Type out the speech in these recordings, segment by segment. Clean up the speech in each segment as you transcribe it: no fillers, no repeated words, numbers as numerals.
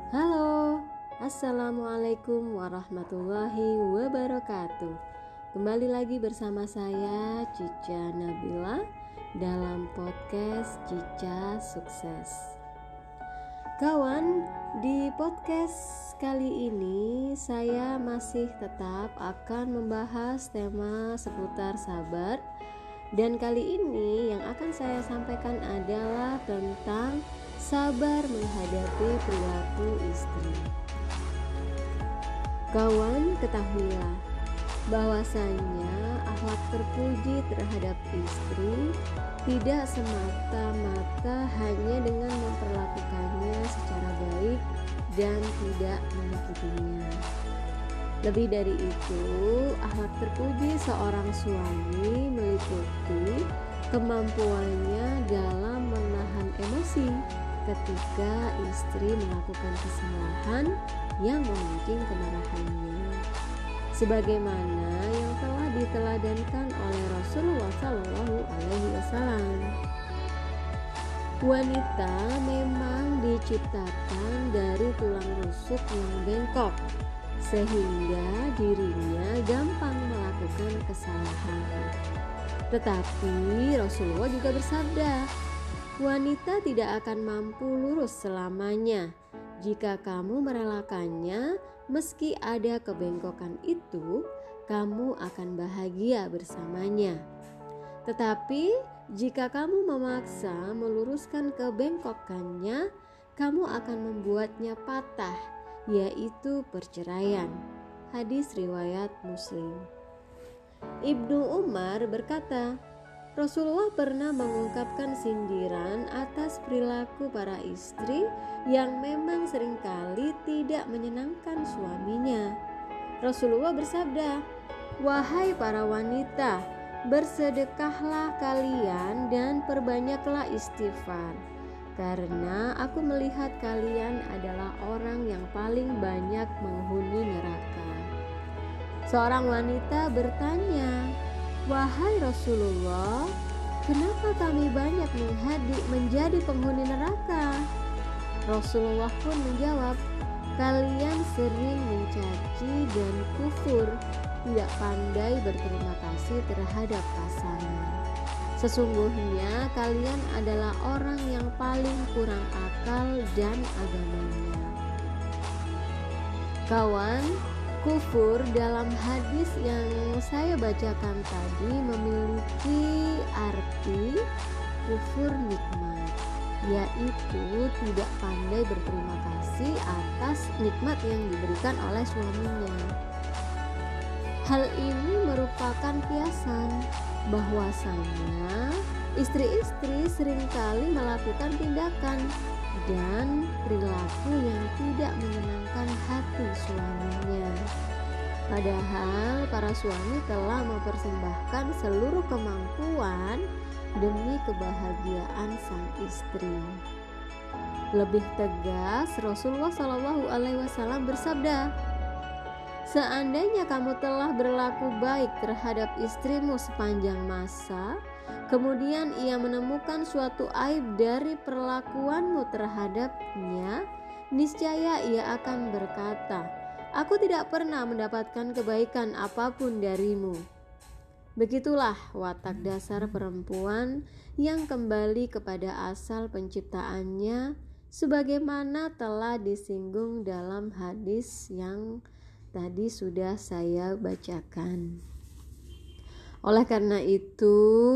Halo, Assalamualaikum warahmatullahi wabarakatuh. Kembali lagi bersama saya Cica Nabila dalam podcast Cica Sukses. Kawan, di podcast kali ini saya masih tetap akan membahas tema seputar sabar. Dan kali ini yang akan saya sampaikan adalah tentang sabar menghadapi perilaku istri. Kawan, ketahuilah bahwasanya akhlak terpuji terhadap istri tidak semata-mata hanya dengan memperlakukannya secara baik dan tidak menyakitinya. Lebih dari itu, akhlak terpuji seorang suami meliputi kemampuannya dalam menahan emosi ketika istri melakukan kesalahan yang memancing kemarahannya, sebagaimana yang telah diteladankan oleh Rasulullah SAW. Wanita memang diciptakan dari tulang rusuk yang bengkok, sehingga dirinya gampang melakukan kesalahan. Tetapi Rasulullah juga bersabda, wanita tidak akan mampu lurus selamanya. Jika kamu merelakannya, meski ada kebengkokan itu, kamu akan bahagia bersamanya. Tetapi jika kamu memaksa meluruskan kebengkokannya, kamu akan membuatnya patah, yaitu perceraian. Hadis riwayat Muslim. Ibnu Umar berkata, Rasulullah pernah mengungkapkan sindiran atas perilaku para istri yang memang seringkali tidak menyenangkan suaminya. Rasulullah bersabda, "Wahai para wanita, bersedekahlah kalian dan perbanyaklah istighfar, karena aku melihat kalian adalah orang yang paling banyak menghuni neraka." Seorang wanita bertanya, "Wahai Rasulullah, kenapa kami banyak menjadi penghuni neraka?" Rasulullah pun menjawab, "Kalian sering mencaci dan kufur, tidak pandai berterima kasih terhadap pasangan. Sesungguhnya kalian adalah orang yang paling kurang akal dan agamanya." Kawan, kufur dalam hadis yang saya bacakan tadi memiliki arti kufur nikmat, yaitu tidak pandai berterima kasih atas nikmat yang diberikan oleh suaminya. Hal ini merupakan kiasan bahwasanya istri-istri seringkali melakukan tindakan dan perilaku yang tidak menyenangkan hati suaminya. Padahal para suami telah mempersembahkan seluruh kemampuan demi kebahagiaan sang istri. Lebih tegas, Rasulullah SAW bersabda, "Seandainya kamu telah berlaku baik terhadap istrimu sepanjang masa, kemudian ia menemukan suatu aib dari perlakuanmu terhadapnya, niscaya ia akan berkata, 'Aku tidak pernah mendapatkan kebaikan apapun darimu.'" Begitulah watak dasar perempuan yang kembali kepada asal penciptaannya, sebagaimana telah disinggung dalam hadis yang tadi sudah saya bacakan. Oleh karena itu,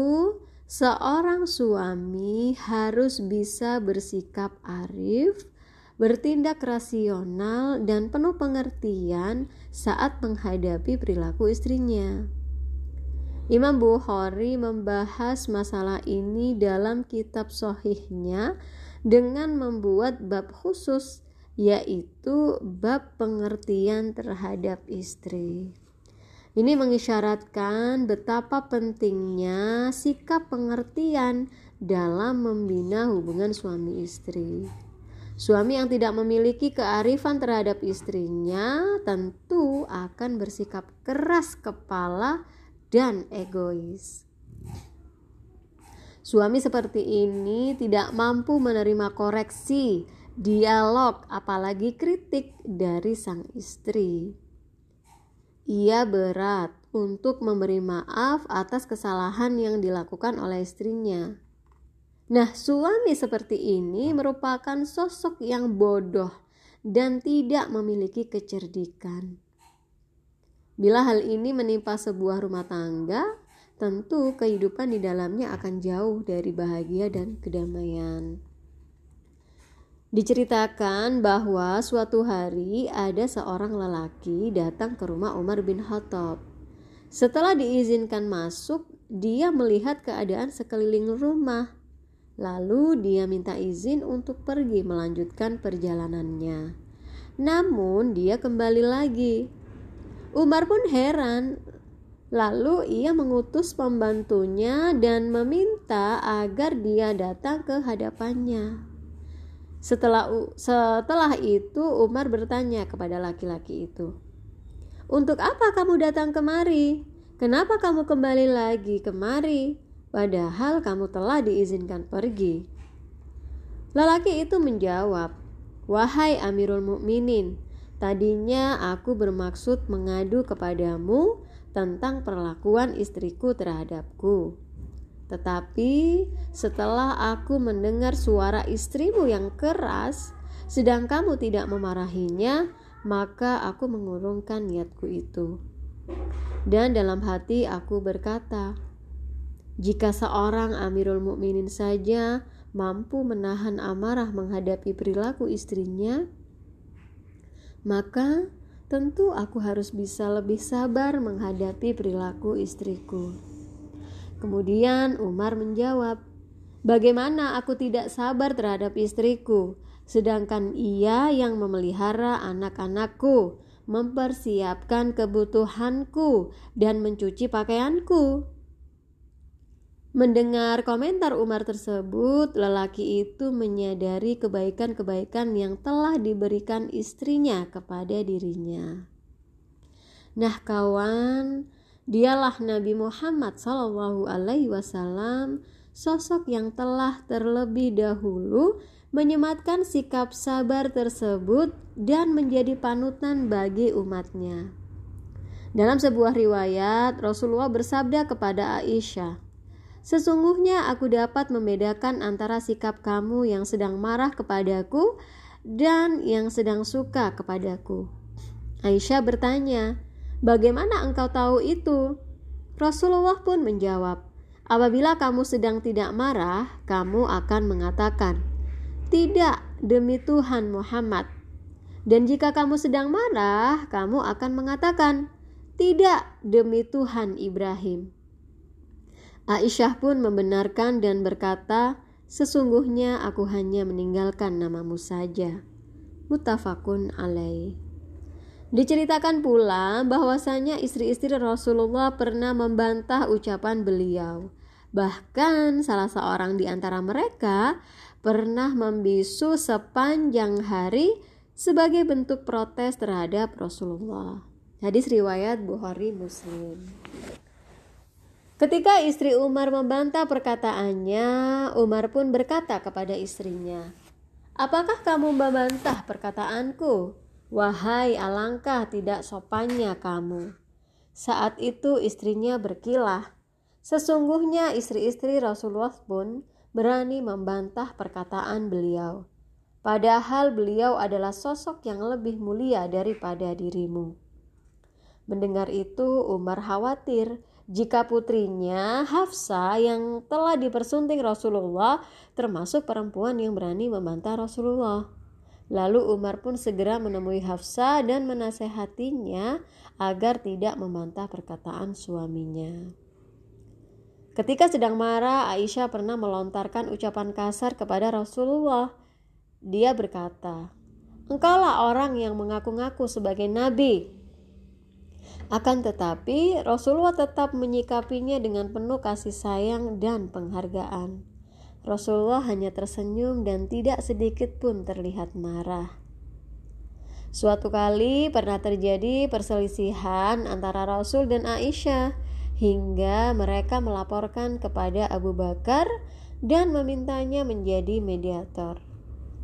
seorang suami harus bisa bersikap arif, bertindak rasional dan penuh pengertian saat menghadapi perilaku istrinya. Imam Bukhari membahas masalah ini dalam kitab Shahihnya dengan membuat bab khusus, yaitu bab pengertian terhadap istri. Ini mengisyaratkan betapa pentingnya sikap pengertian dalam membina hubungan suami istri. Suami yang tidak memiliki kearifan terhadap istrinya tentu akan bersikap keras kepala dan egois. Suami seperti ini tidak mampu menerima koreksi dialog apalagi kritik dari sang istri. Ia berat untuk memberi maaf atas kesalahan yang dilakukan oleh istrinya. Nah, suami seperti ini merupakan sosok yang bodoh dan tidak memiliki kecerdikan. Bila hal ini menimpa sebuah rumah tangga, tentu kehidupan di dalamnya akan jauh dari bahagia dan kedamaian. Diceritakan bahwa suatu hari ada seorang lelaki datang ke rumah Umar bin Khattab. Setelah diizinkan masuk, dia melihat keadaan sekeliling rumah. Lalu dia minta izin untuk pergi melanjutkan perjalanannya. Namun dia kembali lagi. Umar pun heran. Lalu ia mengutus pembantunya dan meminta agar dia datang ke hadapannya. Setelah itu Umar bertanya kepada laki-laki itu, "Untuk apa kamu datang kemari? Kenapa kamu kembali lagi kemari? Padahal kamu telah diizinkan pergi." Lelaki itu menjawab, "Wahai Amirul Mukminin, tadinya aku bermaksud mengadu kepadamu tentang perlakuan istriku terhadapku. Tetapi setelah aku mendengar suara istrimu yang keras, sedang kamu tidak memarahinya, maka aku mengurungkan niatku itu. Dan dalam hati aku berkata, jika seorang Amirul Mukminin saja mampu menahan amarah menghadapi perilaku istrinya, maka tentu aku harus bisa lebih sabar menghadapi perilaku istriku." Kemudian Umar menjawab, "Bagaimana aku tidak sabar terhadap istriku, sedangkan ia yang memelihara anak-anakku, mempersiapkan kebutuhanku, dan mencuci pakaianku?" Mendengar komentar Umar tersebut, lelaki itu menyadari kebaikan-kebaikan yang telah diberikan istrinya kepada dirinya. Nah kawan, dialah Nabi Muhammad SAW, sosok yang telah terlebih dahulu menyematkan sikap sabar tersebut dan menjadi panutan bagi umatnya. Dalam sebuah riwayat, Rasulullah bersabda kepada Aisyah, "Sesungguhnya aku dapat membedakan antara sikap kamu yang sedang marah kepadaku dan yang sedang suka kepadaku." Aisyah bertanya, "Bagaimana engkau tahu itu?" Rasulullah pun menjawab, "Apabila kamu sedang tidak marah, kamu akan mengatakan, 'Tidak, demi Tuhan Muhammad.' Dan jika kamu sedang marah, kamu akan mengatakan, 'Tidak, demi Tuhan Ibrahim.'" Aisyah pun membenarkan dan berkata, "Sesungguhnya aku hanya meninggalkan namamu saja." Muttafaqun alaih. Diceritakan pula bahwasanya istri-istri Rasulullah pernah membantah ucapan beliau. Bahkan salah seorang di antara mereka pernah membisu sepanjang hari sebagai bentuk protes terhadap Rasulullah. Hadis riwayat Bukhari Muslim. Ketika istri Umar membantah perkataannya, Umar pun berkata kepada istrinya, "Apakah kamu membantah perkataanku? Wahai alangkah tidak sopannya kamu." Saat itu istrinya berkilah. Sesungguhnya istri-istri Rasulullah pun berani membantah perkataan beliau. Padahal beliau adalah sosok yang lebih mulia daripada dirimu. Mendengar itu Umar khawatir jika putrinya Hafsah yang telah dipersunting Rasulullah termasuk perempuan yang berani membantah Rasulullah. Lalu Umar pun segera menemui Hafsah dan menasehatinya agar tidak membantah perkataan suaminya. Ketika sedang marah, Aisyah pernah melontarkan ucapan kasar kepada Rasulullah. Dia berkata, "Engkaulah orang yang mengaku-ngaku sebagai nabi." Akan tetapi Rasulullah tetap menyikapinya dengan penuh kasih sayang dan penghargaan. Rasulullah hanya tersenyum dan tidak sedikit pun terlihat marah. Suatu kali pernah terjadi perselisihan antara Rasul dan Aisyah hingga mereka melaporkan kepada Abu Bakar dan memintanya menjadi mediator.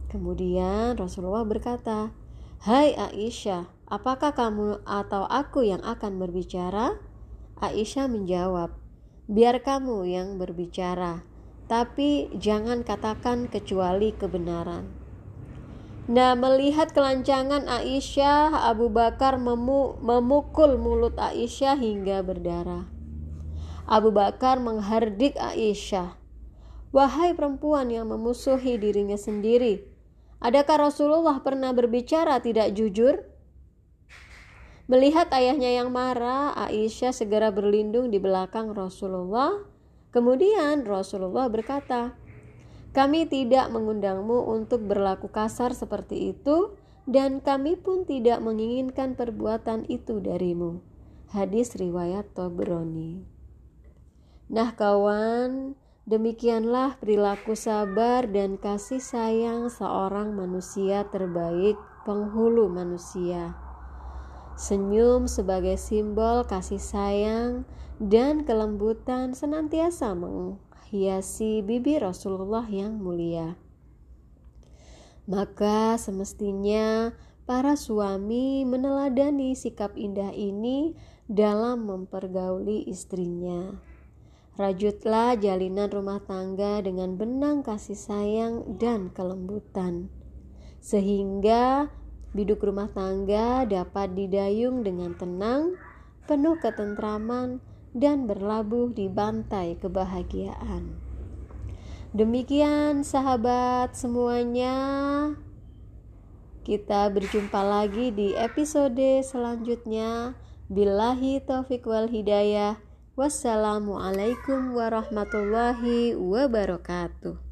Kemudian Rasulullah berkata, "Hai Aisyah, apakah kamu atau aku yang akan berbicara?" Aisyah menjawab, "Biar kamu yang berbicara, tapi jangan katakan kecuali kebenaran." Nah, melihat kelancangan Aisyah, Abu Bakar memukul mulut Aisyah hingga berdarah. Abu Bakar menghardik Aisyah, "Wahai perempuan yang memusuhi dirinya sendiri, adakah Rasulullah pernah berbicara tidak jujur?" Melihat ayahnya yang marah, Aisyah segera berlindung di belakang Rasulullah. Kemudian Rasulullah berkata, "Kami tidak mengundangmu untuk berlaku kasar seperti itu, dan kami pun tidak menginginkan perbuatan itu darimu." Hadis riwayat Tabrani. Nah kawan, demikianlah perilaku sabar dan kasih sayang seorang manusia terbaik, penghulu manusia. Senyum sebagai simbol kasih sayang dan kelembutan senantiasa menghiasi bibir Rasulullah yang mulia. Maka semestinya para suami meneladani sikap indah ini dalam mempergauli istrinya. Rajutlah jalinan rumah tangga dengan benang kasih sayang dan kelembutan, sehingga biduk rumah tangga dapat didayung dengan tenang, penuh ketentraman, dan berlabuh di bantai kebahagiaan. Demikian sahabat semuanya, kita berjumpa lagi di episode selanjutnya. Billahi taufiq wal hidayah. Wassalamualaikum warahmatullahi wabarakatuh.